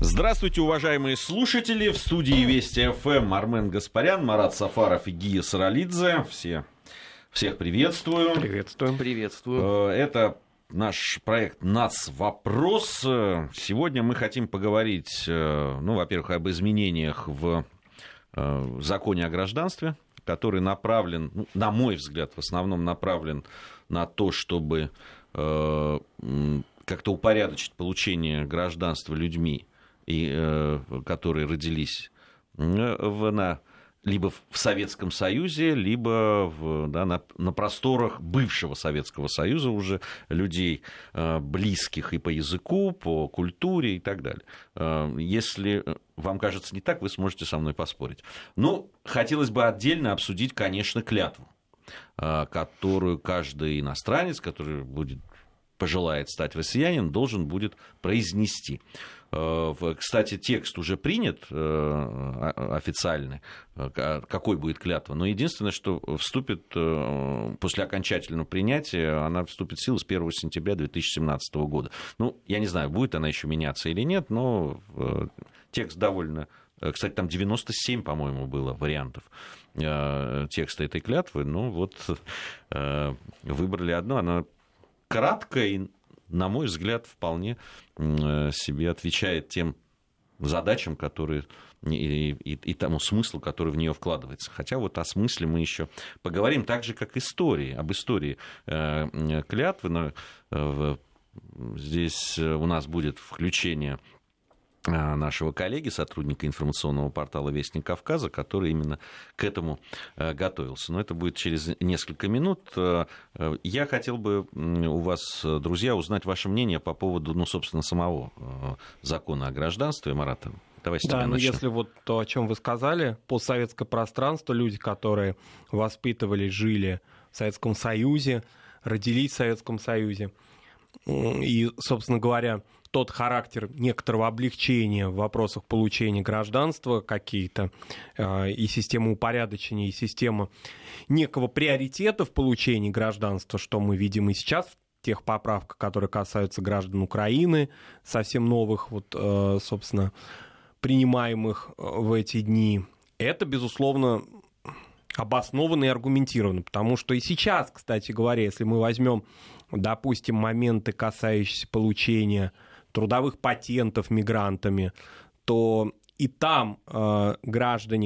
Здравствуйте, уважаемые слушатели. В студии Вести ФМ Армен Гаспарян, Марат Сафаров и Гия Саралидзе. Всех приветствую. Приветствую. Это наш проект «Нацвопрос». Сегодня мы хотим поговорить, во-первых, об изменениях в законе о гражданстве, который направлен, на мой взгляд, в основном направлен на то, чтобы как-то упорядочить получение гражданства людьми, которые родились либо в Советском Союзе, либо на просторах бывшего Советского Союза уже людей, близких и по языку, по культуре и так далее. Если вам кажется не так, вы сможете со мной поспорить. Но хотелось бы отдельно обсудить, конечно, клятву, которую каждый иностранец, который пожелает стать россиянином, должен будет произнести. Кстати, текст уже принят официальный, какой будет клятва, но единственное, что вступит после окончательного принятия, она вступит в силу с 1 сентября 2017 года. Я не знаю, будет она еще меняться или нет, но текст довольно... Кстати, там 97, по-моему, было вариантов текста этой клятвы, выбрали одну, она краткая и, на мой взгляд, вполне себе отвечает тем задачам, которые и тому смыслу, который в нее вкладывается. Хотя о смысле мы еще поговорим, так же, как об истории клятвы. Но здесь у нас будет включение нашего коллеги, сотрудника информационного портала «Вестник Кавказа», который именно к этому готовился. Но это будет через несколько минут. Я хотел бы у вас, друзья, узнать ваше мнение по поводу, собственно, самого закона о гражданстве. Марат, давай с тебя начнем. Если то, о чем вы сказали, постсоветское пространство, люди, которые воспитывались, жили в Советском Союзе, родились в Советском Союзе, и, собственно говоря, тот характер некоторого облегчения в вопросах получения гражданства какие-то, и система упорядочения, и система некого приоритета в получении гражданства, что мы видим и сейчас в тех поправках, которые касаются граждан Украины, совсем новых, собственно, принимаемых в эти дни, это, безусловно, обоснованно и аргументировано, потому что и сейчас, кстати говоря, если мы возьмем, допустим, моменты, касающиеся получения трудовых патентов мигрантами, то и там граждане,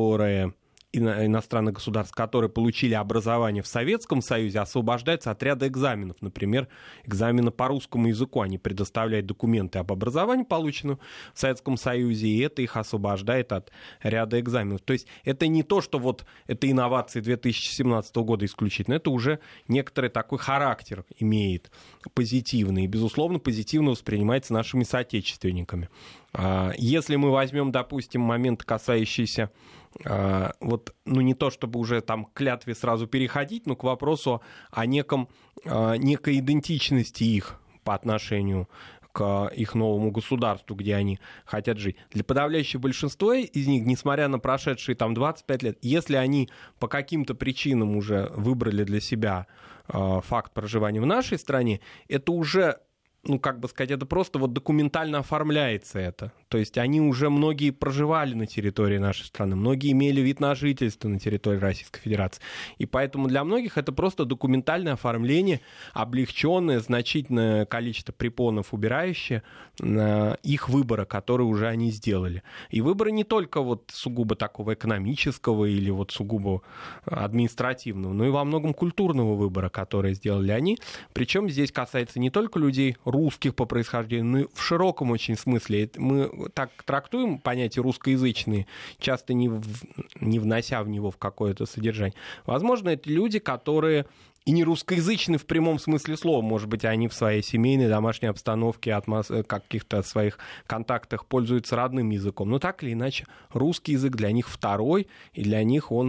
иностранных государств, которые получили образование в Советском Союзе, освобождаются от ряда экзаменов. Например, экзамены по русскому языку. Они предоставляют документы об образовании, полученном в Советском Союзе, и это их освобождает от ряда экзаменов. То есть это не то, что это инновации 2017 года исключительно, это уже некоторый такой характер имеет позитивный, и, безусловно, позитивно воспринимается нашими соотечественниками. Если мы возьмем, допустим, момент, касающийся не то чтобы уже там к клятве сразу переходить, но к вопросу о некой идентичности их по отношению к их новому государству, где они хотят жить. Для подавляющего большинства из них, несмотря на прошедшие 25 лет, если они по каким-то причинам уже выбрали для себя факт проживания в нашей стране, это уже, это просто документально оформляется это. То есть они уже многие проживали на территории нашей страны, многие имели вид на жительство на территории Российской Федерации. И поэтому для многих это просто документальное оформление, облегченное, значительное количество препонов убирающее их выбора, который уже они сделали. И выбора не только сугубо такого экономического или сугубо административного, но и во многом культурного выбора, который сделали они. Причем здесь касается не только людей русских по происхождению, но и в широком очень смысле. Мы так трактуем понятие русскоязычные, часто не внося в него в какое-то содержание. Возможно, это люди, которые и не русскоязычны в прямом смысле слова. Может быть, они в своей семейной, домашней обстановке, каких-то своих контактах пользуются родным языком. Но так или иначе, русский язык для них второй, и для них они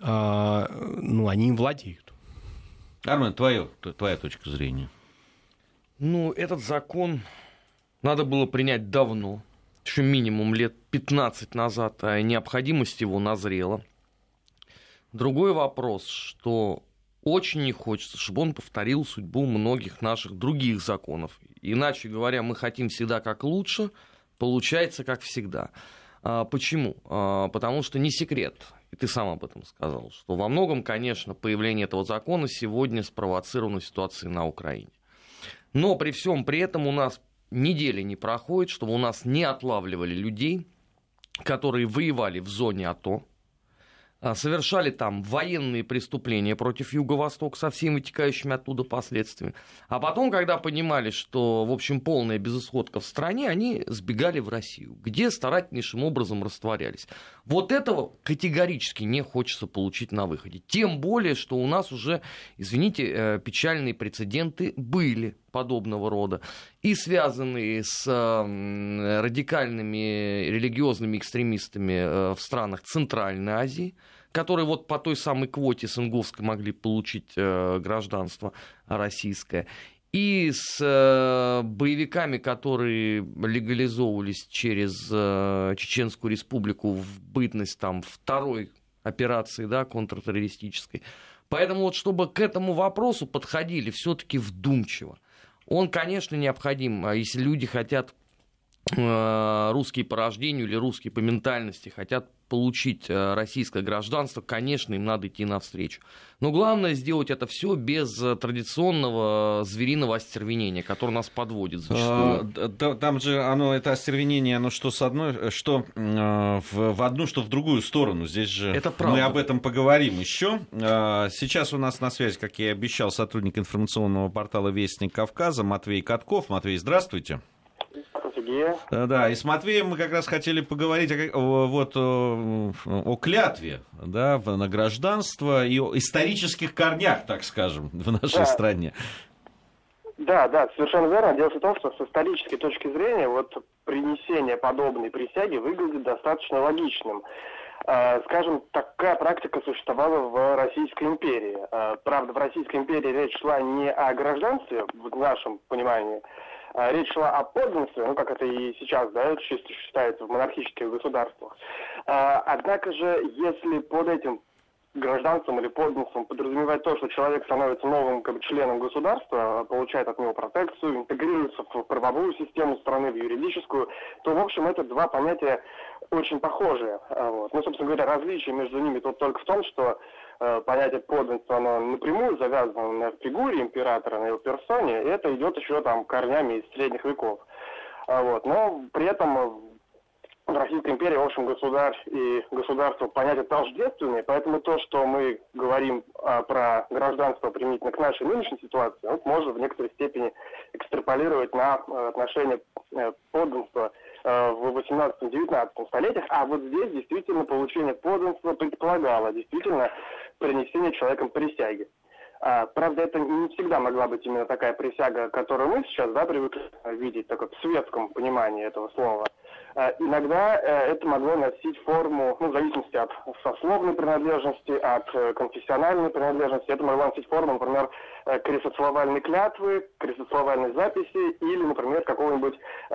им владеют. Армен, твоя точка зрения? Этот закон надо было принять давно, еще минимум лет 15 назад, а необходимость его назрела. Другой вопрос, что очень не хочется, чтобы он повторил судьбу многих наших других законов. Иначе говоря, мы хотим всегда как лучше, Получается, как всегда. Почему? Потому что не секрет, и ты сам об этом сказал, что во многом, конечно, появление этого закона сегодня спровоцировано ситуацией на Украине. Но при всем при этом у нас недели не проходит, чтобы у нас не отлавливали людей, которые воевали в зоне АТО, совершали там военные преступления против Юго-Востока со всеми вытекающими оттуда последствиями. А потом, когда понимали, что, в общем, полная безысходка в стране, они сбегали в Россию, где старательнейшим образом растворялись. Вот этого категорически не хочется получить на выходе. Тем более, что у нас уже, извините, печальные прецеденты были подобного рода, и связанные с радикальными религиозными экстремистами в странах Центральной Азии, которые вот по той самой квоте СНГовской могли получить гражданство российское, и с боевиками, которые легализовывались через Чеченскую Республику в бытность там второй операции, да, контртеррористической. Поэтому вот чтобы к этому вопросу подходили все-таки вдумчиво. Он, конечно, необходим, если люди хотят русские по рождению или русские по ментальности, хотят получить российское гражданство, конечно, им надо идти навстречу. Но главное сделать это все без традиционного звериного остервенения, которое нас подводит зачастую. Там же это остервенение, оно что с одной, что в одну, что в другую сторону. Здесь же это мы об этом поговорим еще. Сейчас у нас на связи, как я и обещал, сотрудник информационного портала «Вестник Кавказа» Матвей Катков. Матвей, здравствуйте. Да, и с Матвеем мы как раз хотели поговорить о клятве, да, на гражданство и о исторических корнях, так скажем, в нашей стране. Да, совершенно верно. Дело в том, что с исторической точки зрения вот принесение подобной присяги выглядит достаточно логичным. Скажем, такая практика существовала в Российской империи. Правда, в Российской империи речь шла не о гражданстве, в нашем понимании. Речь шла о подданстве, ну, как это и сейчас, да, считается в монархических государствах. Однако же, если под этим гражданством или подданством подразумевать то, что человек становится новым членом государства, получает от него протекцию, интегрируется в правовую систему страны, в юридическую, то, в общем, это два понятия очень похожие. Вот. Ну, собственно говоря, различие между ними тут только в том, что понятие подданства, оно напрямую завязано на фигуре императора, на его персоне, и это идет еще там корнями из средних веков. Вот. Но при этом в Российской империи, в общем, государь и государство понятия тождественные, поэтому то, что мы говорим про гражданство применительно к нашей нынешней ситуации, можно в некоторой степени экстраполировать на отношения подданства в 18-19 столетиях, а вот здесь действительно получение подданства предполагало действительно принесение человеком присяги. Правда, это не всегда могла быть именно такая присяга, которую мы сейчас, да, привыкли видеть, только в светском понимании этого слова. Иногда это могло носить форму, ну, в зависимости от сословной принадлежности, от конфессиональной принадлежности, это могло носить форму, например, крестословальной клятвы, крестословальной записи или, например, какого-нибудь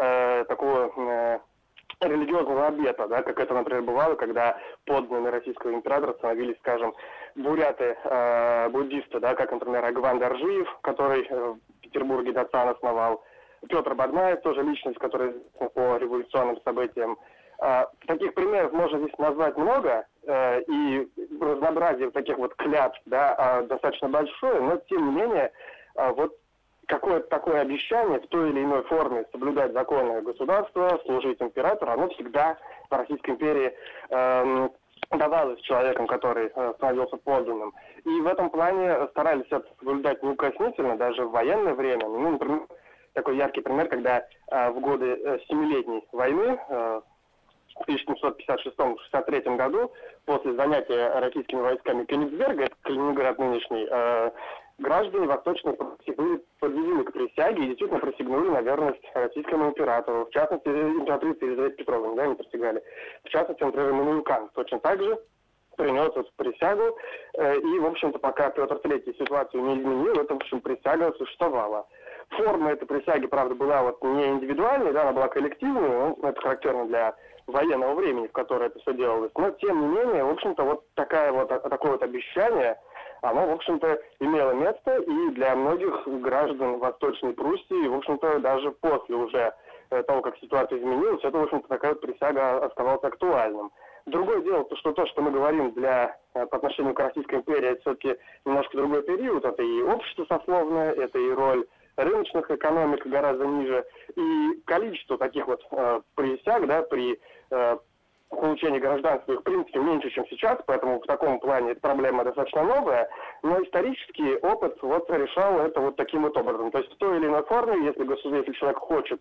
такого религиозного обета, да, как это, например, бывало, когда подданными российского императора становились, скажем, буряты, буддисты, да, как, например, Агван Доржиев, который в Петербурге Дацан основал, Петр Баднаев, тоже личность, которая по революционным событиям. Таких примеров можно здесь назвать много, и разнообразие таких вот клятв, да, достаточно большое, но, тем не менее, вот какое-то такое обещание в той или иной форме соблюдать законы государства, служить императору, оно всегда в Российской империи давалось человеком, который становился подданным. И в этом плане старались это соблюдать неукоснительно, даже в военное время. Ну, например, такой яркий пример, когда в годы Семилетней войны в 1756-63 году, после занятия российскими войсками Кёнигсберга, это Калининград нынешний, граждане Восточной Пруссии были подведены к присяге и действительно присягнули на верность российскому императору. В частности, императрице Елизавете Петровне, да, не присягали. В частности, например, Эммануил Кант точно так же принес эту присягу. И, в общем-то, пока Петр III ситуацию не изменил, эта, в общем, присяга существовала. Форма этой присяги, правда, была вот не индивидуальной, да, она была коллективной, но это характерно для военного времени, в которое это все делалось. Но, тем не менее, в общем-то, вот такое вот обещание, оно, в общем-то, имело место, и для многих граждан Восточной Пруссии, в общем-то, даже после уже того, как ситуация изменилась, это, в общем-то, такая вот присяга оставалась актуальным. Другое дело, что мы говорим по отношению к Российской империи, это все-таки немножко другой период. Это и общество сословное, это и роль рыночных экономик гораздо ниже. И количество таких вот присяг, да, при получении гражданства их, в принципе, меньше, чем сейчас, поэтому в таком плане эта проблема достаточно новая. Но исторический опыт вот решал это вот таким вот образом. То есть в той или иной форме, если человек хочет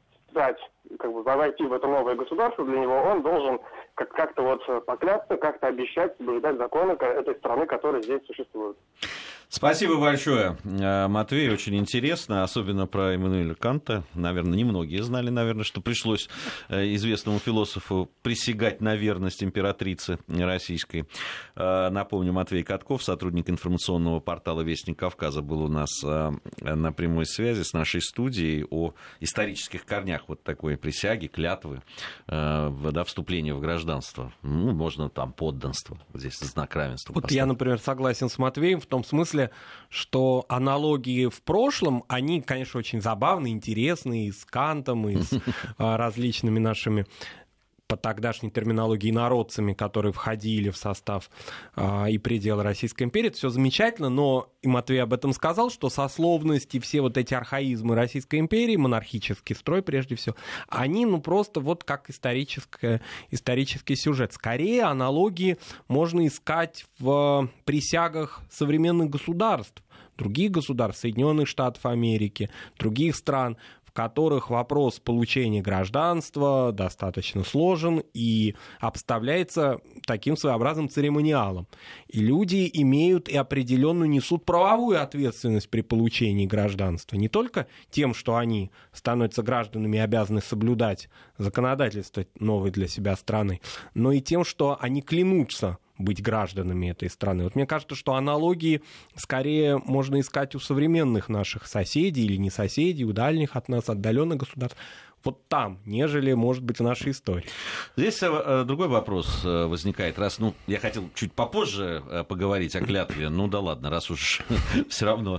войти в это новое государство, для него он должен как-то вот поклясться, как-то обещать соблюдать законы этой страны, которые здесь существуют. Спасибо большое, Матвей, очень интересно, особенно про Иммануэля Канта. Наверное, немногие знали, что пришлось известному философу присягать на верность императрице российской. Напомню, Матвей Катков, сотрудник информационного портала «Вестник Кавказа», был у нас на прямой связи с нашей студией о исторических корнях вот такой присяги, клятвы, вступления в гражданство. Можно там подданство, здесь знак равенства. Вот я, например, согласен с Матвеем в том смысле, что аналогии в прошлом, они, конечно, очень забавные, интересные, и с Кантом, и с различными нашими по тогдашней терминологии народцами, которые входили в состав и пределы Российской империи. Это все замечательно, но и Матвей об этом сказал, что сословность и все вот эти архаизмы Российской империи, монархический строй прежде всего, они просто вот как исторический сюжет. Скорее аналогии можно искать в присягах современных государств, других государств, Соединенных Штатов Америки, других стран, в которых вопрос получения гражданства достаточно сложен и обставляется таким своеобразным церемониалом. И люди имеют и определенную несут правовую ответственность при получении гражданства. Не только тем, что они становятся гражданами и обязаны соблюдать законодательство новой для себя страны, но и тем, что они клянутся быть гражданами этой страны. Вот мне кажется, что аналогии скорее можно искать у современных наших соседей или не соседей, у дальних от нас, отдаленных государств, вот там, нежели, может быть, в нашей истории. Здесь другой вопрос возникает. Я хотел чуть попозже поговорить о клятве, да ладно, раз уж все равно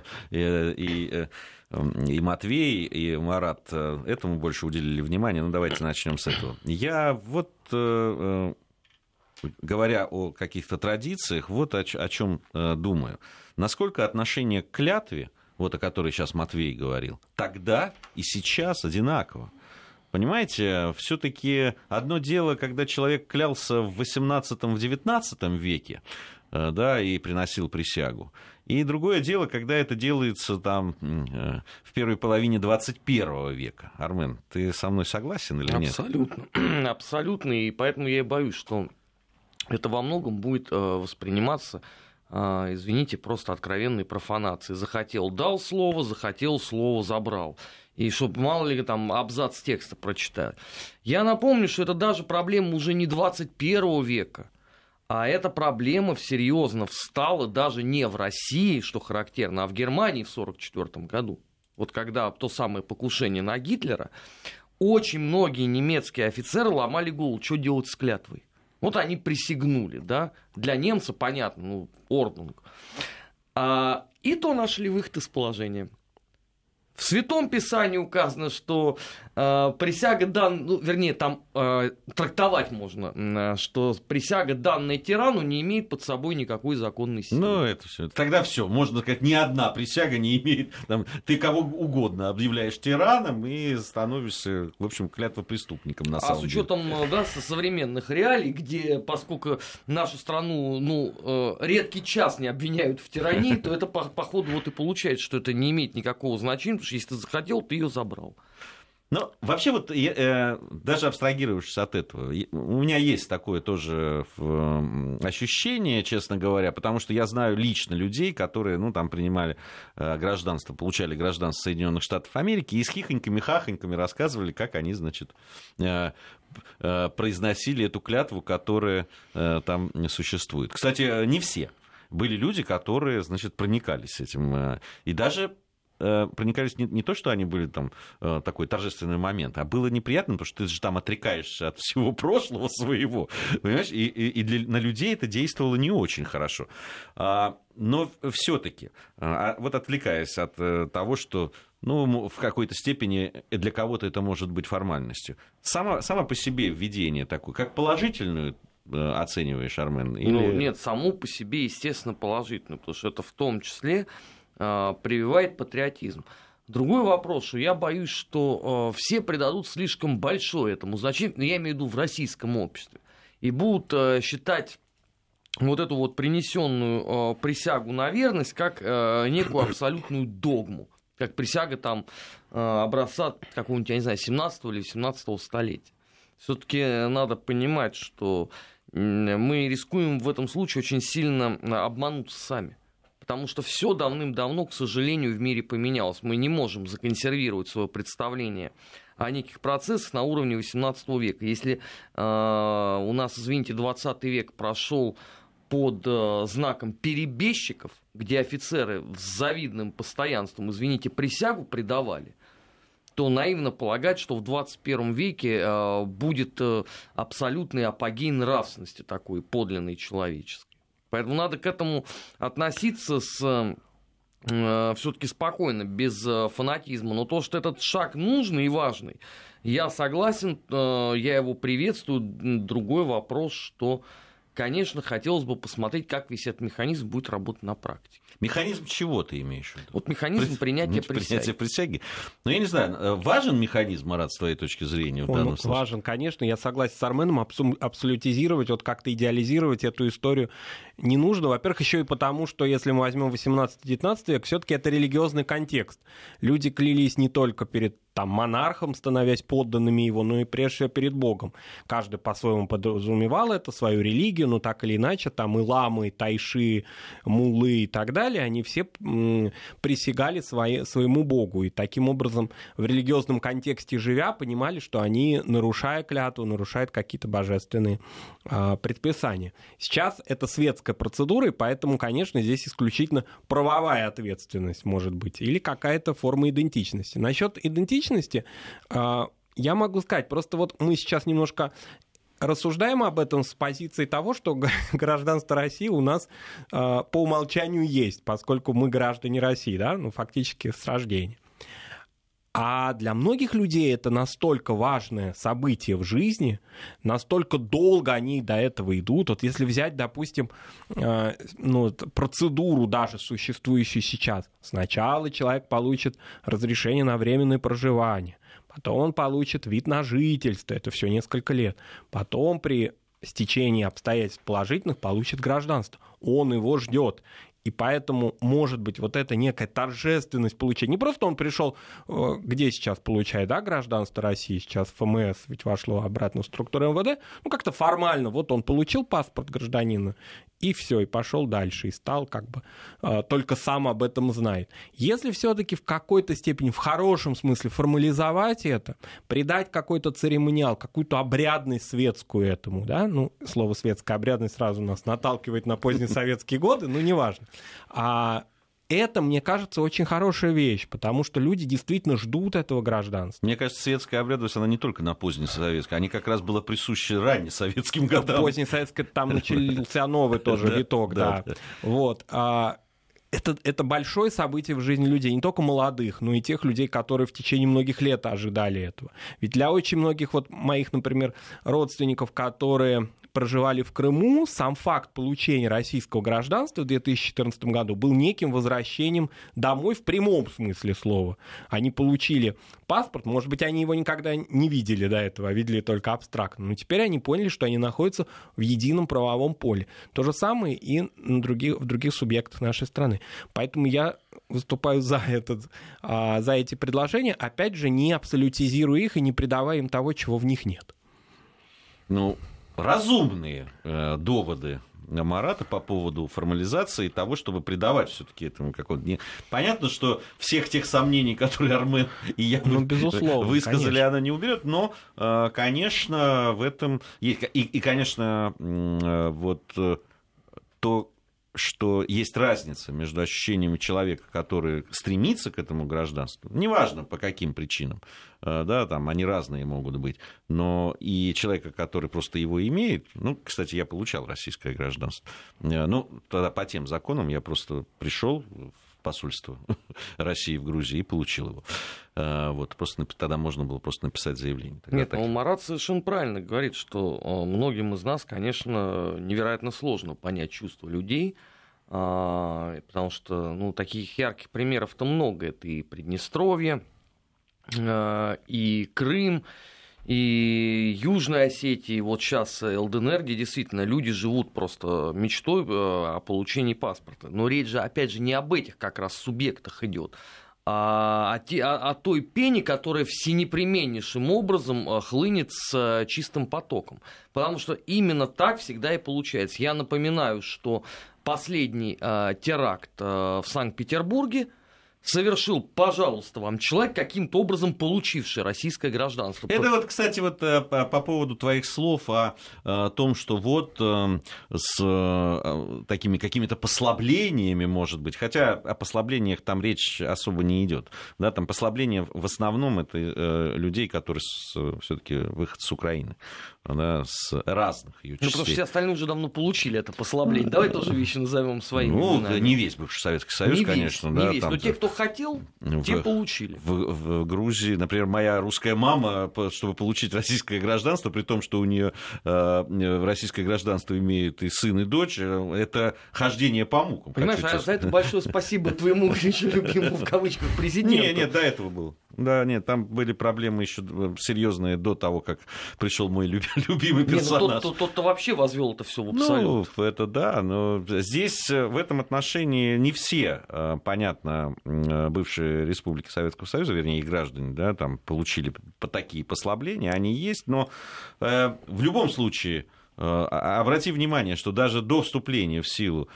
и Матвей, и Марат этому больше уделили внимание, давайте начнем с этого. Я говоря о каких-то традициях, вот о чем думаю. Насколько отношение к клятве, о которой сейчас Матвей говорил, тогда и сейчас одинаково. Понимаете, все-таки одно дело, когда человек клялся в XVIII, в XIX веке, и приносил присягу. И другое дело, когда это делается в первой половине 21 века. Армен, ты со мной согласен или нет? Абсолютно. Абсолютно. И поэтому я и боюсь, что это во многом будет восприниматься, извините, просто откровенной профанацией. Захотел — дал слово, захотел — слово забрал. И чтобы, мало ли, абзац текста прочитать. Я напомню, что это даже проблема уже не 21 века, а эта проблема серьезно встала даже не в России, что характерно, а в Германии в 1944 году. Вот когда то самое покушение на Гитлера, очень многие немецкие офицеры ломали голову, что делать с клятвой. Вот они присягнули, да, для немца понятно, орднунг. И то нашли выход из положения. В Святом Писании указано, что присяга трактовать можно, что присяга, данная тирану, не имеет под собой никакой законной силы. Это все. Тогда все, можно сказать, ни одна присяга не имеет. Ты кого угодно объявляешь тираном и становишься, в общем, клятвопреступником на самом деле. А с учетом современных реалий, где, поскольку нашу страну редкий час не обвиняют в тирании, то это, походу, и получается, что это не имеет никакого значения. Потому что если ты захотел, ты ее забрал. Вообще, даже абстрагировавшись от этого, у меня есть такое тоже ощущение, честно говоря, потому что я знаю лично людей, которые, принимали гражданство, получали гражданство Соединенных Штатов Америки, и с хихоньками-хахоньками рассказывали, как они, произносили эту клятву, которая там существует. Кстати, не все. Были люди, которые, проникались этим, и даже проникались не то, что они были там такой торжественный момент, а было неприятно, потому что ты же там отрекаешься от всего прошлого своего, понимаешь, и на людей это действовало не очень хорошо. Но все-таки, вот отвлекаясь от того, что в какой-то степени для кого-то это может быть формальностью, само по себе введение такое, как положительную оцениваешь, Армен? Или... Нет, само по себе, естественно, положительно, потому что это в том числе прививает патриотизм. Другой вопрос, что я боюсь, что все придадут слишком большое этому значению, я имею в виду в российском обществе, и будут считать вот эту вот принесенную присягу на верность как некую абсолютную догму, как присяга там образца какого-нибудь, я не знаю, 17 или 18 столетия. Все-таки надо понимать, что мы рискуем в этом случае очень сильно обмануться сами. Потому что все давным-давно, к сожалению, в мире поменялось. Мы не можем законсервировать свое представление о неких процессах на уровне XVIII века. Если у нас, извините, 20 век прошел под знаком перебежчиков, где офицеры с завидным постоянством, извините, присягу придавали, то наивно полагать, что в 21 веке будет абсолютный апогей нравственности такой подлинной человеческой. Поэтому надо к этому относиться все-таки спокойно, без фанатизма. Но то, что этот шаг нужный и важный, я согласен, я его приветствую. Другой вопрос, что, конечно, хотелось бы посмотреть, как весь этот механизм будет работать на практике. Механизм чего ты имеешь в виду? Вот механизм принятия присяги. Но я не знаю, важен механизм, Марат, с твоей точки зрения в данном случае? Важен, конечно. Я согласен с Арменом, абсолютизировать, вот как-то идеализировать эту историю не нужно. Во-первых, еще и потому, что если мы возьмем 18-19 век, все-таки это религиозный контекст. Люди клялись не только перед монархом, становясь подданными его, но и прежде всего перед Богом. Каждый по-своему подразумевал это, свою религию, но так или иначе, там и ламы, и тайши, муллы и так далее, они все присягали своему Богу. И таким образом, в религиозном контексте живя, понимали, что они, нарушая клятву, нарушают какие-то божественные предписания. Сейчас это светская процедура, и поэтому, конечно, здесь исключительно правовая ответственность может быть, или какая-то форма идентичности. Насчет идентичности я могу сказать, просто вот мы сейчас немножко рассуждаем об этом с позиции того, что гражданство России у нас по умолчанию есть, поскольку мы граждане России, да, фактически с рождения. А для многих людей это настолько важное событие в жизни, настолько долго они до этого идут. Вот если взять, допустим, процедуру даже существующую сейчас. Сначала человек получит разрешение на временное проживание, потом он получит вид на жительство, это все несколько лет. Потом при стечении обстоятельств положительных получит гражданство. Он его ждет. И поэтому, может быть, вот эта некая торжественность получения. Не просто он пришел, где сейчас получает, да, гражданство России, сейчас ФМС ведь вошло обратно в структуру МВД, как-то формально, вот он получил паспорт гражданина, и все, и пошел дальше, и стал только сам об этом знает. Если все-таки в какой-то степени, в хорошем смысле формализовать это, придать какой-то церемониал, какую-то обрядность светскую этому, да, слово светская обрядность сразу нас наталкивает на поздние советские годы, неважно. Это, мне кажется, очень хорошая вещь, потому что люди действительно ждут этого гражданства. Мне кажется, светская обрядность, она не только на позднесоветской, они как раз была присуща раннесоветским годам. Позднесоветская, там начался новый тоже виток, да. Вот. Это большое событие в жизни людей, не только молодых, но и тех людей, которые в течение многих лет ожидали этого. Ведь для очень многих моих, например, родственников, которые проживали в Крыму, сам факт получения российского гражданства в 2014 году был неким возвращением домой в прямом смысле слова. Они получили паспорт, может быть, они его никогда не видели до этого, а видели только абстрактно, но теперь они поняли, что они находятся в едином правовом поле. То же самое и в других субъектах нашей страны. Поэтому я выступаю за эти предложения, опять же, не абсолютизируя их и не придавая им того, чего в них нет. Разумные доводы Марата по поводу формализации того, чтобы придавать все-таки этому какому-то... Понятно, что всех тех сомнений, которые Армен и я высказали, конечно, она не уберет, но, конечно, в этом есть... И конечно, вот то что есть разница между ощущениями человека, который стремится к этому гражданству, неважно по каким причинам, да, там они разные могут быть, но и человека, который просто его имеет, ну, кстати, я получал российское гражданство, ну, тогда по тем законам я просто пришел в посольство России в Грузии и получил его. Вот, просто тогда можно было просто написать заявление. Нет, но Марат совершенно правильно говорит, что многим из нас, конечно, невероятно сложно понять чувства людей, потому что, ну, таких ярких примеров-то много. Это и Приднестровье, и Крым, и Южная Осетия, и вот сейчас ЛДНР, где действительно люди живут просто мечтой о получении паспорта. Но речь же, опять же, не об этих как раз субъектах идет, о той пене, которая всенепременнейшим образом хлынет с чистым потоком. Потому что именно так всегда и получается. Я напоминаю, что последний теракт в Санкт-Петербурге совершил, пожалуйста, вам человек, каким-то образом получивший российское гражданство. Это вот, кстати, вот по поводу твоих слов о том, что вот с такими какими-то послаблениями, может быть, хотя о послаблениях там речь особо не идет. Да, там послабления в основном это людей, которые все-таки выходцы с Украины, да, с разных ее частей. Ну, потому что все остальные уже давно получили это послабление. Давай тоже вещи назовем своими именами. Ну, не весь бывший Советский Союз, не конечно. Весь, да, не весь, там, но те, кто хотел, те получили. В Грузии, например, моя русская мама, чтобы получить российское гражданство, при том, что у нее российское гражданство имеет и сын, и дочь, это хождение по мукам. Понимаешь, а за это большое спасибо твоему еще любимому в кавычках президенту. Нет, до этого было. Да, нет, там были проблемы еще серьезные до того, как пришел мой любимый персонаж. Тот-то вообще возвел это все в абсолют. Ну, это да, но здесь в этом отношении не все, понятно, бывшие республики Советского Союза, вернее, их граждане, да, там получили такие послабления, они есть, но в любом случае, обрати внимание, что даже до вступления в силу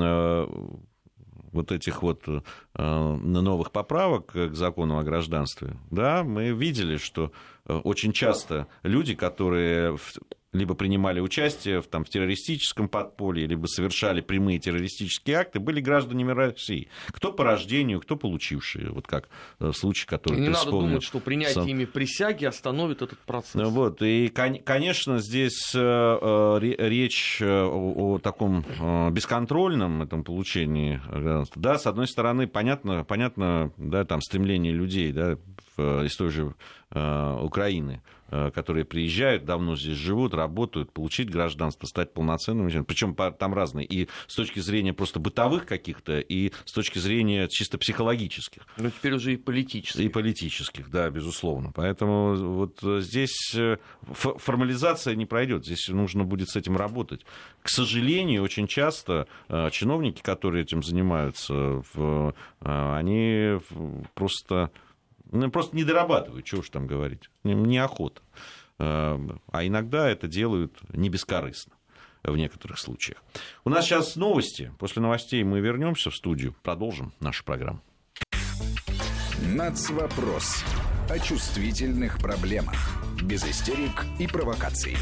вот этих вот новых поправок к закону о гражданстве, да, мы видели, что очень часто люди, которые либо принимали участие в террористическом подполье, либо совершали прямые террористические акты, были гражданами России. Кто по рождению, кто получившие, вот как случай, который ты вспомнил. Не надо думать, что принятие ими присяги остановит этот процесс. Вот, и, конечно, здесь речь о таком бесконтрольном этом получении гражданства. Да, с одной стороны, понятно, да, там стремление людей, да, из той же Украины, которые приезжают, давно здесь живут, работают, получить гражданство, стать полноценным. Причем там разные. И с точки зрения просто бытовых каких-то, и с точки зрения чисто психологических. Ну, теперь уже и политических. И политических, да, безусловно. Поэтому вот здесь формализация не пройдет. Здесь нужно будет с этим работать. К сожалению, очень часто чиновники, которые этим занимаются, они просто не дорабатывают, чего уж там говорить, неохота. А иногда это делают не бескорыстно в некоторых случаях. У нас сейчас новости. После новостей мы вернемся в студию, продолжим нашу программу. Нацвопрос. О чувствительных проблемах. Без истерик и провокаций.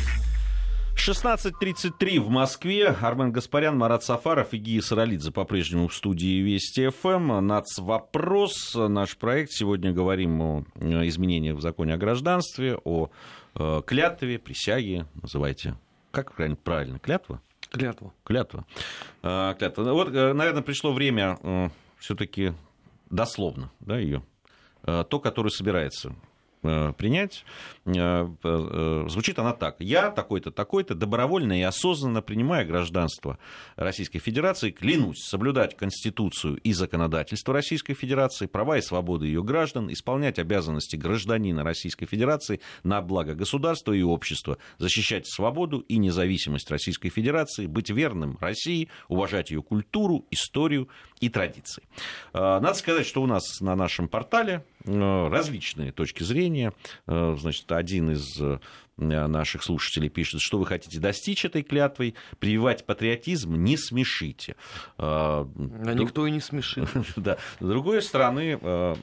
16:33 в Москве. Армен Гаспарян, Марат Сафаров и Гия Саралидзе по-прежнему в студии Вести ФМ. Нацвопрос. Наш проект. Сегодня говорим о изменениях в законе о гражданстве, о клятве, присяге. Называйте. Как правильно? Клятва? Клятва. Вот, наверное, пришло время все-таки дословно, да, ее. То, которое собирается принять, звучит она так. Я такой-то, такой-то, добровольно и осознанно принимая гражданство Российской Федерации, клянусь соблюдать Конституцию и законодательство Российской Федерации, права и свободы ее граждан, исполнять обязанности гражданина Российской Федерации на благо государства и общества, защищать свободу и независимость Российской Федерации, быть верным России, уважать ее культуру, историю и традиции. Надо сказать, что у нас на нашем портале различные точки зрения. Значит, один из наших слушателей пишет, что вы хотите достичь этой клятвой, прививать патриотизм не смешите. Никто и не смешит. Да. С другой стороны,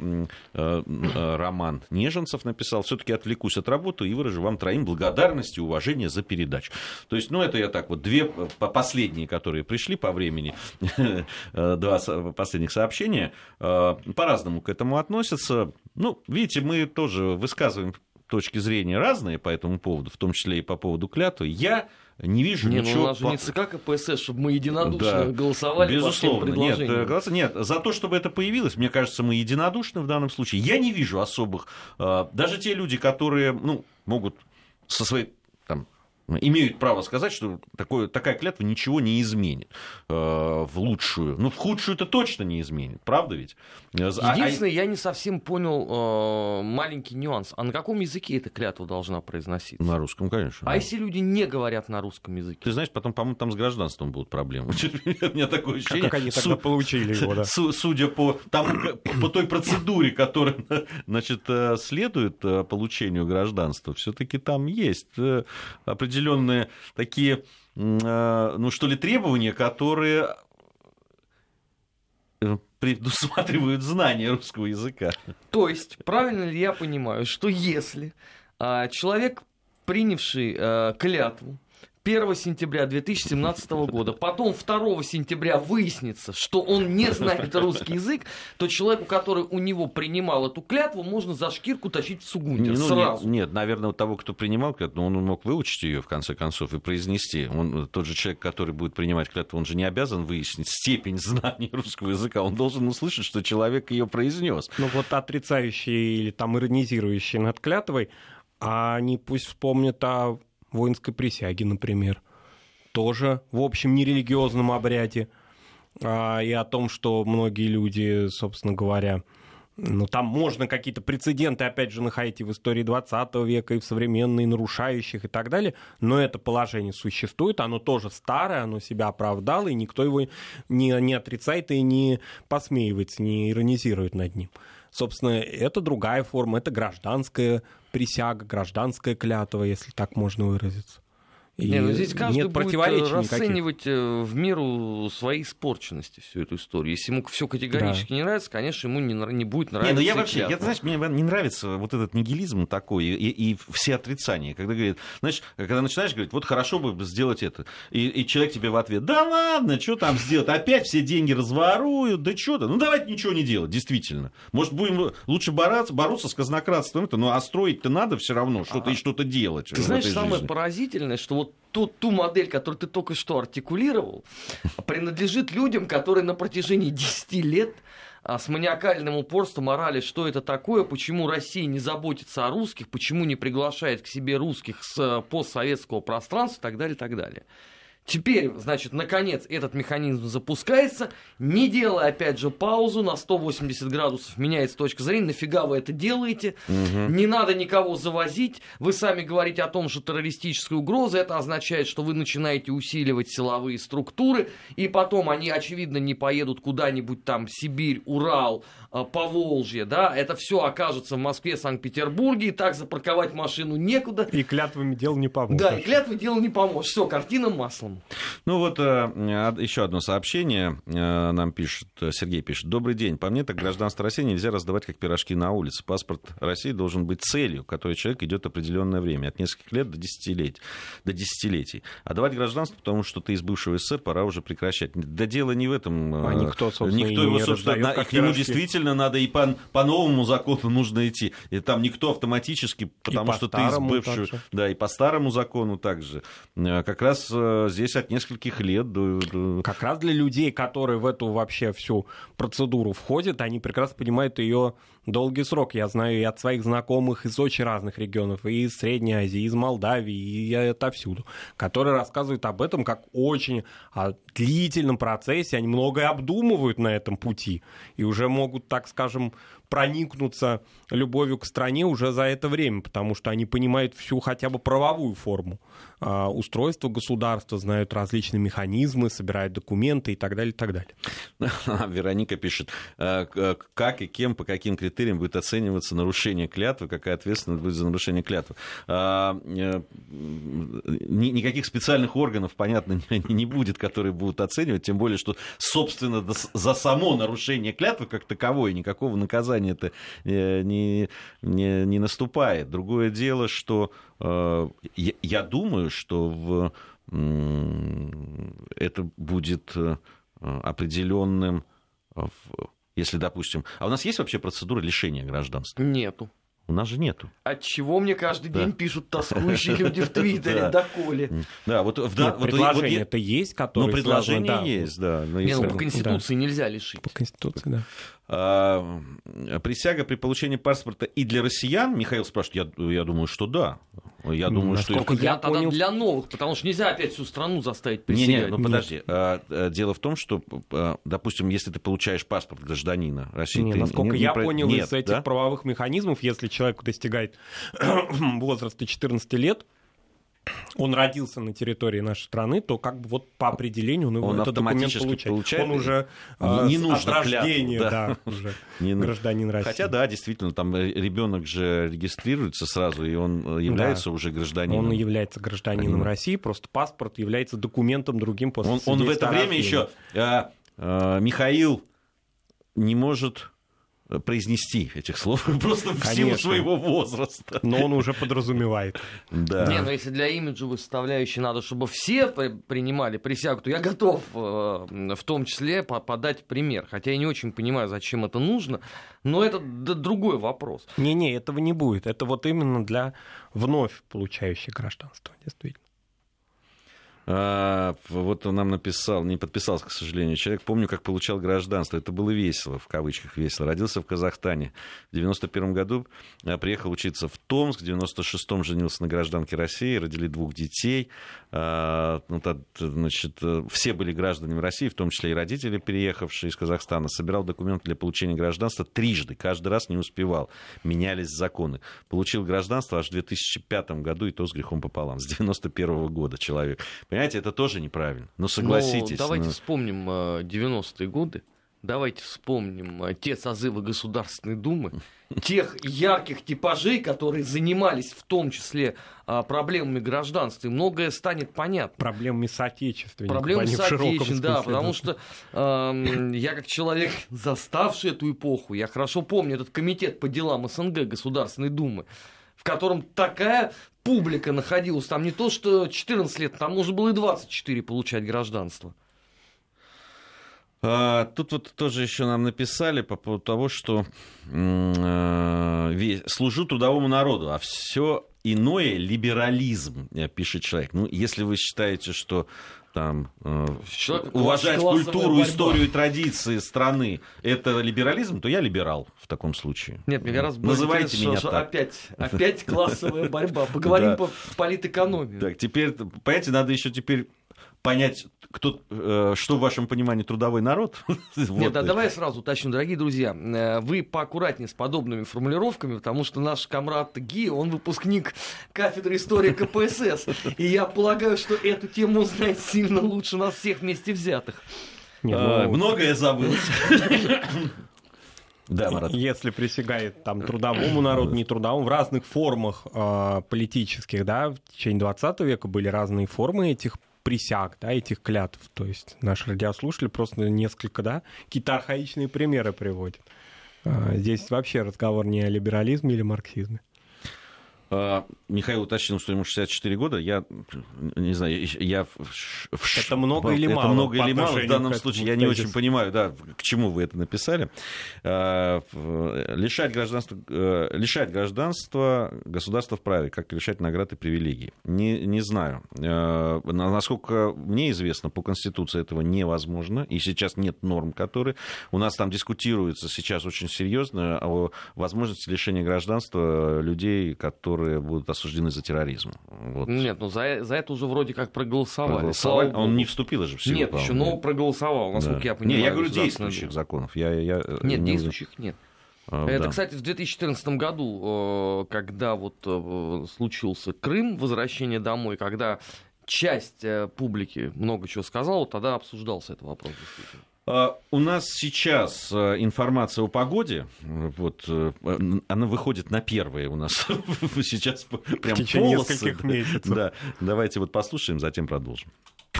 Роман Неженцев написал: все-таки отвлекусь от работы и выражу вам троим благодарность и уважение за передачу. То есть, это я так вот, две последние, которые пришли по времени, два последних сообщения, по-разному к этому относятся. Видите, мы тоже высказываем точки зрения разные по этому поводу, в том числе и по поводу клятвы. Я не вижу ничего... у нас же не ЦК КПСС, чтобы мы единодушно голосовали по всем предложениям. Нет, за то, чтобы это появилось, мне кажется, мы единодушны в данном случае. Я не вижу особых... Даже те люди, которые могут со своей... имеют право сказать, что такая клятва ничего не изменит в лучшую. В худшую-то точно не изменит, правда ведь? Единственное, я не совсем понял маленький нюанс. А на каком языке эта клятва должна произноситься? На русском, конечно. А если люди не говорят на русском языке? Ты знаешь, потом, по-моему, там с гражданством будут проблемы. У меня такое ощущение. Как они тогда получили его, да? Судя по той процедуре, которая, следует получению гражданства, все-таки там есть определенные такие, требования, которые предусматривают знание русского языка. То есть, правильно ли я понимаю, что если человек, принявший клятву 1 сентября 2017 года, потом 2 сентября выяснится, что он не знает русский язык, то человеку, который у него принимал эту клятву, можно за шкирку тащить в Сугундер сразу. Нет, наверное, у того, кто принимал клятву, он мог выучить ее в конце концов и произнести. Тот же человек, который будет принимать клятву, он же не обязан выяснить степень знания русского языка. Он должен услышать, что человек ее произнес. Отрицающие или иронизирующие над клятвой, они пусть вспомнят о воинской присяге, например, тоже в общем нерелигиозном обряде, и о том, что многие люди, собственно говоря, там можно какие-то прецеденты, опять же, находить и в истории 20 века, и в современной, нарушающих и так далее, но это положение существует, оно тоже старое, оно себя оправдало, и никто его не отрицает и не посмеивается, не иронизирует над ним. Собственно, это другая форма, это гражданская присяга, гражданская клятва, если так можно выразиться. Здесь каждый нет будет расценивать в меру своей испорченности всю эту историю. Если ему все категорически не нравится, конечно, ему не будет нравиться. Мне не нравится вот этот нигилизм такой и все отрицания. Когда начинаешь говорить, вот хорошо бы сделать это, и человек тебе в ответ: да ладно, что там сделать, опять все деньги разворуют, да что-то, давайте ничего не делать, действительно. Может, будем лучше бороться с казнократством, а строить-то надо все равно что-то делать. Ты знаешь, самое поразительное, что вот ту модель, которую ты только что артикулировал, принадлежит людям, которые на протяжении 10 лет с маниакальным упорством орали, что это такое, почему Россия не заботится о русских, почему не приглашает к себе русских с постсоветского пространства и так далее, и так далее. Теперь, наконец, этот механизм запускается, не делая, опять же, паузу, на 180 градусов меняется точка зрения, нафига вы это делаете, не надо никого завозить, вы сами говорите о том, что террористическая угроза, это означает, что вы начинаете усиливать силовые структуры, и потом они, очевидно, не поедут куда-нибудь там, Сибирь, Урал, Поволжье, да, это все окажется в Москве, Санкт-Петербурге, и так запарковать машину некуда. И клятвами дело не поможет. Да, и клятвы дело не поможет. Все, картина маслом. Еще одно сообщение нам пишет, Сергей пишет: добрый день, по мне так гражданство России нельзя раздавать как пирожки на улице. Паспорт России должен быть целью, к которой человек идет определенное время, от нескольких лет до десятилетий. А давать гражданство, потому что ты из бывшего СССР, пора уже прекращать. Да дело не в этом. Никто его, собственно, к нему действительно надо и по новому закону нужно идти. И там никто автоматически, потому что ты из бывшего... Да, и по старому закону также. Как раз здесь от нескольких лет до... Как раз для людей, которые в эту вообще всю процедуру входят, они прекрасно понимают ее долгий срок. Я знаю и от своих знакомых из очень разных регионов, и из Средней Азии, и из Молдавии, и отовсюду, которые рассказывают об этом как очень о длительном процессе, они многое обдумывают на этом пути, и уже могут, так скажем, проникнуться любовью к стране уже за это время, потому что они понимают всю хотя бы правовую форму устройства государства, знают различные механизмы, собирают документы и так далее, и так далее. Вероника пишет: как и кем, по каким критериям критериям будет оцениваться нарушение клятвы, какая ответственность будет за нарушение клятвы. Никаких специальных органов, понятно, не будет, которые будут оценивать, тем более, что, собственно, за само нарушение клятвы как таковое никакого наказания это не наступает. Другое дело, что я думаю, что это будет определенным, если, допустим... А у нас есть вообще процедура лишения гражданства? Нету. У нас же нету. Отчего мне каждый день пишут тоскующие люди в Твиттере, доколе? Да, предложение-то есть, которое... Ну, предложение есть, да. По Конституции нельзя лишить. По Конституции, да. Присяга при получении паспорта и для россиян, Михаил спрашивает, я думаю, что да. Я думаю, насколько что... я тогда понял... для новых, потому что нельзя опять всю страну заставить присягать. Не, подожди. Дело в том, что, допустим, если ты получаешь паспорт гражданина России... Насколько я понял из этих правовых механизмов, если человек достигает возраста 14 лет, он родился на территории нашей страны, то как бы вот по определению он этот документ получает. Он уже от рождения уже гражданин России. Хотя, да, действительно, там ребенок же регистрируется сразу, и он является уже гражданином. Он является гражданином России, просто паспорт является документом другим после Он в это время еще, Михаил, не может произнести этих слов просто в силу своего возраста. Но он уже подразумевает. Да. Не, но если для имиджевой составляющей надо, чтобы все принимали присягу, то я готов в том числе подать пример. Хотя я не очень понимаю, зачем это нужно, но это другой вопрос. Не, этого не будет. Это вот именно для вновь получающих гражданство, действительно. Вот он нам написал, не подписался, к сожалению, человек. Помню, как получал гражданство. Это было весело, в кавычках весело. Родился в Казахстане. В 91 году приехал учиться в Томск. В 96-м женился на гражданке России. Родили 2 детей. Значит, все были гражданами России, в том числе и родители, переехавшие из Казахстана. Собирал документы для получения гражданства трижды. Каждый раз не успевал. Менялись законы. Получил гражданство аж в 2005 году, и то с грехом пополам. С 91 года человек. Понимаете, это тоже неправильно. Но согласитесь. Давайте вспомним 90-е годы. Давайте вспомним те созывы Государственной Думы, тех ярких типажей, которые занимались в том числе проблемами гражданства, и многое станет понятно. Проблемами соотечественников. Проблемами соотечественников, да, потому что я как человек, заставший эту эпоху, я хорошо помню этот комитет по делам СНГ Государственной Думы, в котором такая публика находилась, там не то что 14 лет, там можно было и 24 получать гражданство. Тут вот тоже еще нам написали по поводу того, что служу трудовому народу, а все иное либерализм, пишет человек. Ну, если вы считаете, что там уважать культуру, борьба, историю и традиции страны — это либерализм, то я либерал в таком случае. Нет, мне гораздо называйте меня что так. Опять классовая борьба. Поговорим по политэкономии. Так, теперь, понимаете, надо еще теперь понять, что в вашем понимании трудовой народ. Нет, давай я сразу уточню, дорогие друзья, вы поаккуратнее с подобными формулировками, потому что наш комрад Ги, он выпускник кафедры истории КПСС, и я полагаю, что эту тему он знает сильно лучше нас всех вместе взятых. Многое забыл. Да, Марат. Если присягает там трудовому народу, не трудовому, в разных формах политических, да, в течение 20 века были разные формы этих присяг, да, этих клятв. То есть наши радиослушатели просто несколько, да, какие-то архаичные примеры приводят. Здесь вообще разговор не о либерализме или марксизме. Михаил уточнил, что ему 64 года. Я не знаю, это много или мало? Это много или мало? В данном случае я не очень понимаю, да, к чему вы это написали. Лишать гражданства государства вправе, как лишать наград и привилегий. Не знаю. Насколько мне известно, по Конституции этого невозможно, и сейчас нет норм, которые... У нас там дискутируется сейчас очень серьезно о возможности лишения гражданства людей, которые будут осуждены за терроризм. Вот. Нет, ну за это уже вроде как проголосовали. Он не вступил же в силу. Нет, еще, но проголосовал, насколько я понимаю. Не, я говорю, действующих законов. Нет, действующих нет. Это, да. Кстати, в 2014 году, когда вот случился Крым, возвращение домой, когда часть публики много чего сказала, тогда обсуждался этот вопрос. У нас сейчас информация о погоде. Вот, она выходит на первые у нас сейчас прям в течение полосы. нескольких месяцев. Да. Давайте вот послушаем, затем продолжим.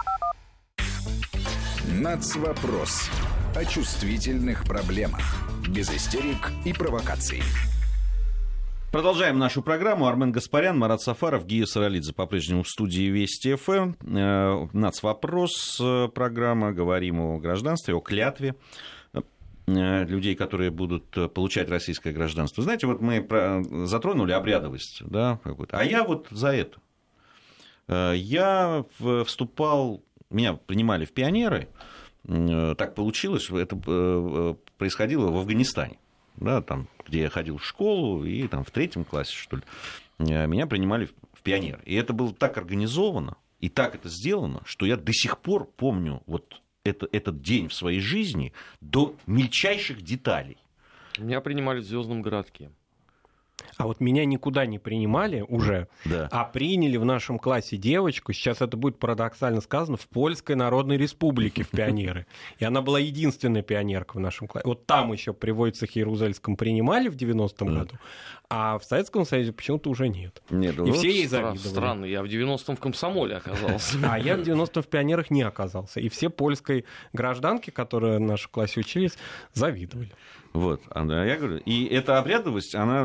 Нацвопрос. О чувствительных проблемах. Без истерик и провокаций. Продолжаем нашу программу. Армен Гаспарян, Марат Сафаров, Гия Саралидзе по-прежнему в студии Вести ФМ. Нацвопрос программа. Говорим о гражданстве, о клятве людей, которые будут получать российское гражданство. Знаете, вот мы затронули обрядовость, да, какую-то. А я вот за это. Я вступал, меня принимали в пионеры. Так получилось, это происходило в Афганистане. Да, там, где я ходил в школу, и там в 3 классе, что ли, меня принимали в пионеры. И это было так организовано, и так это сделано, что я до сих пор помню вот этот день в своей жизни до мельчайших деталей. Меня принимали в Звездном городке. А вот меня никуда не принимали уже, Да. а приняли в нашем классе девочку, сейчас это будет парадоксально сказано, в Польской Народной Республике в пионеры. И она была единственная пионерка в нашем классе. Вот там еще при Войцехе-Ярузельском принимали в 90-м году, а в Советском Союзе почему-то уже нет. Нет, И все ей завидовали. Странно, я в 90-м в комсомоле оказался. А я в 90-м в пионерах не оказался. И все польской гражданки, которые в нашем классе учились, завидовали. Вот, я говорю, и эта обрядовость, она,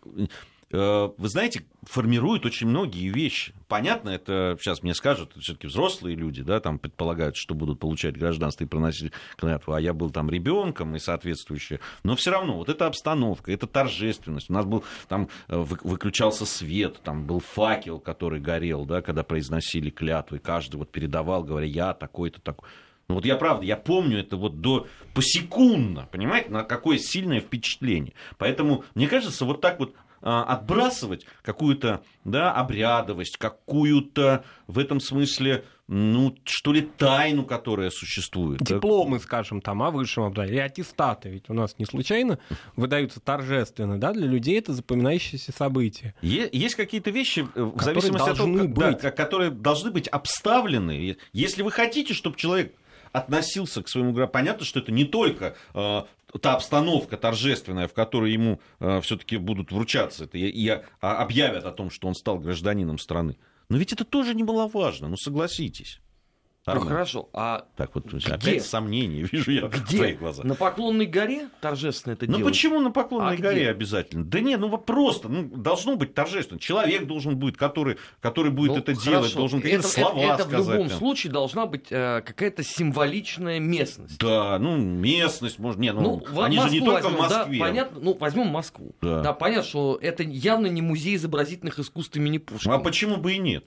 вы знаете, формирует очень многие вещи. Понятно, это сейчас мне скажут, все-таки взрослые люди, да, там предполагают, что будут получать гражданство и проносить клятву, а я был там ребенком и соответствующее. Но все равно вот эта обстановка, эта торжественность. У нас был там выключался свет, там был факел, который горел, да, когда произносили клятву, и каждый вот передавал, говоря, я такой-то такой. Ну вот я правда, я помню это вот посекундно, понимаете, на какое сильное впечатление. Поэтому, мне кажется, вот так вот отбрасывать какую-то, да, обрядовость, какую-то в этом смысле, ну, что ли, тайну, которая существует. Дипломы, скажем, там о высшем образовании, или аттестаты, ведь у нас не случайно выдаются торжественно, да, для людей это запоминающееся событие. Есть какие-то вещи, в зависимости от того, которые должны быть обставлены. Если вы хотите, чтобы человек относился к своему гражданству, понятно, что это не только та обстановка торжественная, в которой ему все-таки будут вручаться это, и объявят о том, что он стал гражданином страны. Но ведь это тоже немаловажно, ну согласитесь. Ну хорошо, а так вот где? Опять сомнения вижу я в твоих глазах. На Поклонной горе торжественно это делать? Ну почему на Поклонной горе где? Обязательно? Да нет, ну просто, должно быть торжественно. Человек должен быть, который будет это делать, должен какие-то слова это сказать. В любом случае должна быть какая-то символичная местность. Да, местность, может, нет, они Москву же не только возьмем, в Москве. Да, понятно, возьмем Москву. Да, понятно, что это явно не музей изобразительных искусств имени Пушкина. А почему бы и нет?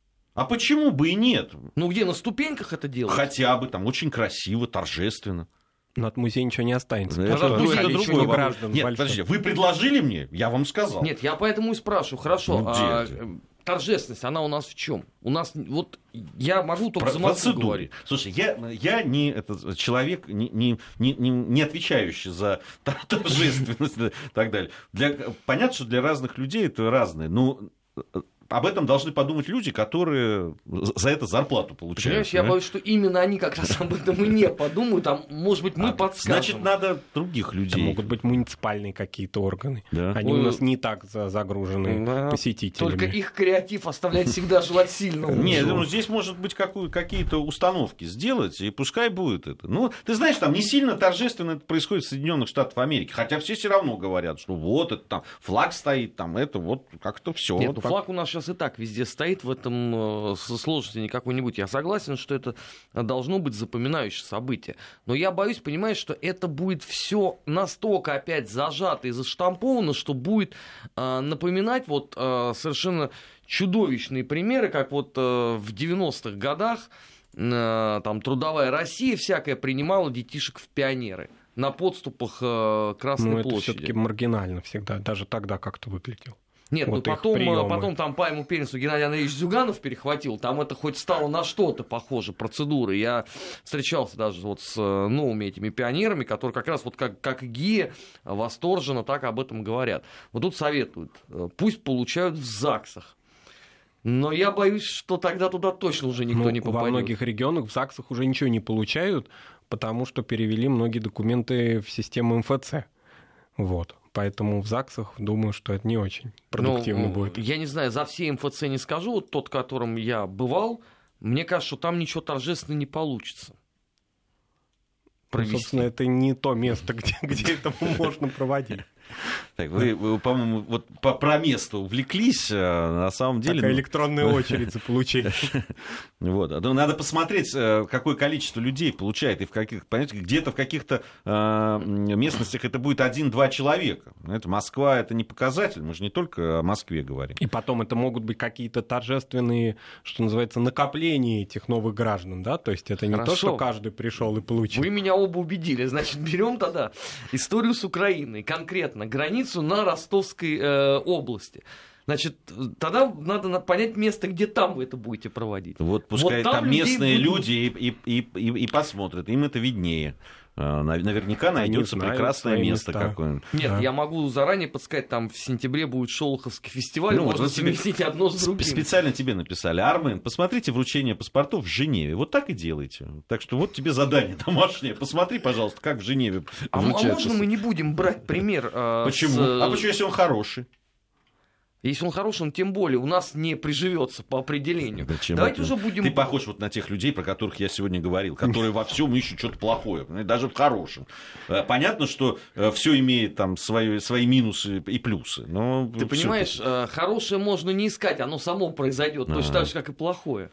Ну где, на ступеньках это делать? Хотя бы там очень красиво, торжественно. Но от музея ничего не останется. Это другой граждан. Нет, подождите, вы предложили мне, я вам сказал. Нет, я поэтому и спрашиваю. Хорошо, торжественность, она у нас в чем? У нас, вот, я могу только за Москву говорить. Слушай, я не этот человек, не отвечающий за торжественность и так далее. Понятно, что для разных людей это разное, но об этом должны подумать люди, которые за это зарплату получают. Понимаешь, я боюсь, что именно они как раз об этом и не подумают, а может быть мы подскажем. Значит, надо других людей. Это могут быть муниципальные какие-то органы. Да. Они у нас не так загружены посетителями. Только их креатив оставляет всегда желать сильного. Нет, здесь может быть какие-то установки сделать, и пускай будет это. Ну, ты знаешь, там не сильно торжественно это происходит в Соединенных Штатах Америки, хотя все равно говорят, что вот это там флаг стоит, там это вот как-то все. Нет, флаг у нас сейчас и так везде стоит, в этом сложности никакой-нибудь. Я согласен, что это должно быть запоминающее событие. Но я боюсь, понимаешь, что это будет все настолько опять зажато и заштамповано, что будет напоминать вот совершенно чудовищные примеры, как вот в 90-х годах там Трудовая Россия всякая принимала детишек в пионеры на подступах Красной площади. Это все-таки маргинально всегда, даже тогда как-то выглядело. Нет, вот потом там по ему первенству Геннадий Андреевич Зюганов перехватил, там это хоть стало на что-то похоже, процедуры. Я встречался даже вот с новыми этими пионерами, которые как раз вот как и ГИА восторженно так об этом говорят. Вот тут советуют, пусть получают в ЗАГСах. Но я боюсь, что тогда туда точно уже никто не попадет. Во многих регионах в ЗАГСах уже ничего не получают, потому что перевели многие документы в систему МФЦ. Вот. Поэтому в ЗАГСах, думаю, что это не очень продуктивно будет. Я не знаю, за все МФЦ не скажу. Вот тот, в котором я бывал, мне кажется, что там ничего торжественного не получится. Собственно, это не то место, где это можно проводить. Так, вы, по-моему, вот про место увлеклись, на самом деле... Такая электронная очередь за получение. Вот. Надо посмотреть, какое количество людей получает, и в каких, понимаете, где-то в каких-то местностях это будет 1-2 человека. Это Москва, это не показатель, мы же не только о Москве говорим. И потом это могут быть какие-то торжественные, что называется, накопления этих новых граждан, да? То есть это не то, что каждый пришел и получил. Вы меня оба убедили. Значит, берем тогда историю с Украиной, конкретно границу на Ростовской области. Значит, тогда надо понять место, где там вы это будете проводить. Вот пускай вот там местные люди и посмотрят, им это виднее. Наверняка найдется прекрасное место какое-нибудь. Нет, да. Я могу заранее подсказать, там в сентябре будет Шолоховский фестиваль, можно совместить одно с другим. Специально тебе написали: Армен, посмотрите вручение паспортов в Женеве. Вот так и делайте. Так что вот тебе задание домашнее. Посмотри, пожалуйста, как в Женеве вручается. А можно мы не будем брать пример? Почему? А почему, если он хороший? Если он хороший, он тем более у нас не приживется по определению. Давайте уже будем... Ты похож вот на тех людей, про которых я сегодня говорил, которые во всем ищут что-то плохое, даже в хорошем. Понятно, что все имеет там свои минусы и плюсы. Но ты понимаешь, хорошее можно не искать, оно само произойдет, точно так же, как и плохое.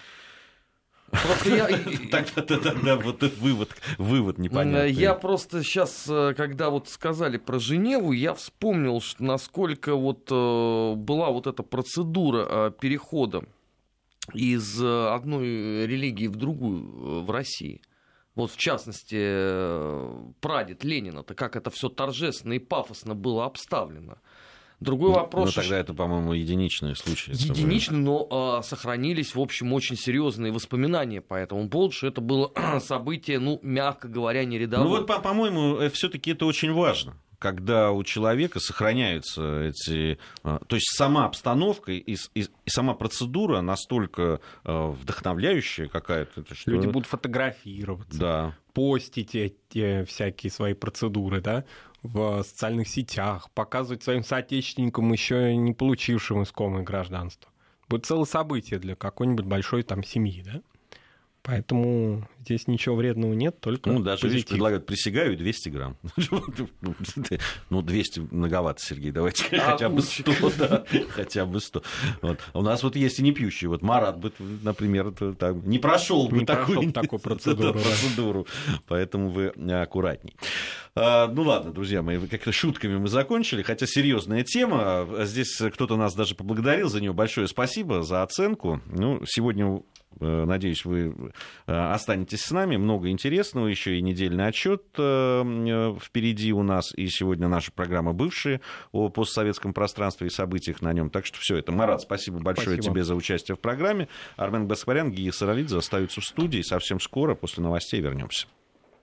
Тогда вот вывод непонятный. Я просто сейчас, когда вот сказали про Женеву, я вспомнил, насколько вот была вот эта процедура перехода из одной религии в другую в России. Вот в частности, прадед Ленина-то, как это все торжественно и пафосно было обставлено. Другой вопрос. Ну, тогда это, по-моему, единичные случаи. Единичные, но сохранились, в общем, очень серьезные воспоминания по этому поводу, что это было событие, ну, мягко говоря, не рядовое. Ну, вот, по-моему, все-таки это очень важно, когда у человека сохраняются эти... То есть сама обстановка и сама процедура настолько вдохновляющая какая-то. Что... Люди будут фотографироваться, да. постить эти всякие свои процедуры, да, в социальных сетях, показывать своим соотечественникам, еще не получившим искомое гражданство. Будет целое событие для какой-нибудь большой там семьи, да? Поэтому здесь ничего вредного нет, только даже видишь, предлагают: присягаю 200 грамм. Ну, 200 многовато, Сергей, давайте хотя бы 100. Да, хотя бы 100. Вот. У нас вот есть и не пьющие. Вот Марат бы, например, не прошел бы такую процедуру. Поэтому вы аккуратней. Ну ладно, друзья мои, как-то шутками мы закончили, хотя серьезная тема. Здесь кто-то нас даже поблагодарил за нее. Большое спасибо за оценку. Ну, сегодня... Надеюсь, вы останетесь с нами. Много интересного. Еще и недельный отчет впереди у нас. И сегодня наша программа «Бывшие» о постсоветском пространстве и событиях на нем. Так что все это. Марат, спасибо большое тебе за участие в программе. Армен Гаспарян, Гия Саралидзе остаются в студии. Совсем скоро после новостей вернемся.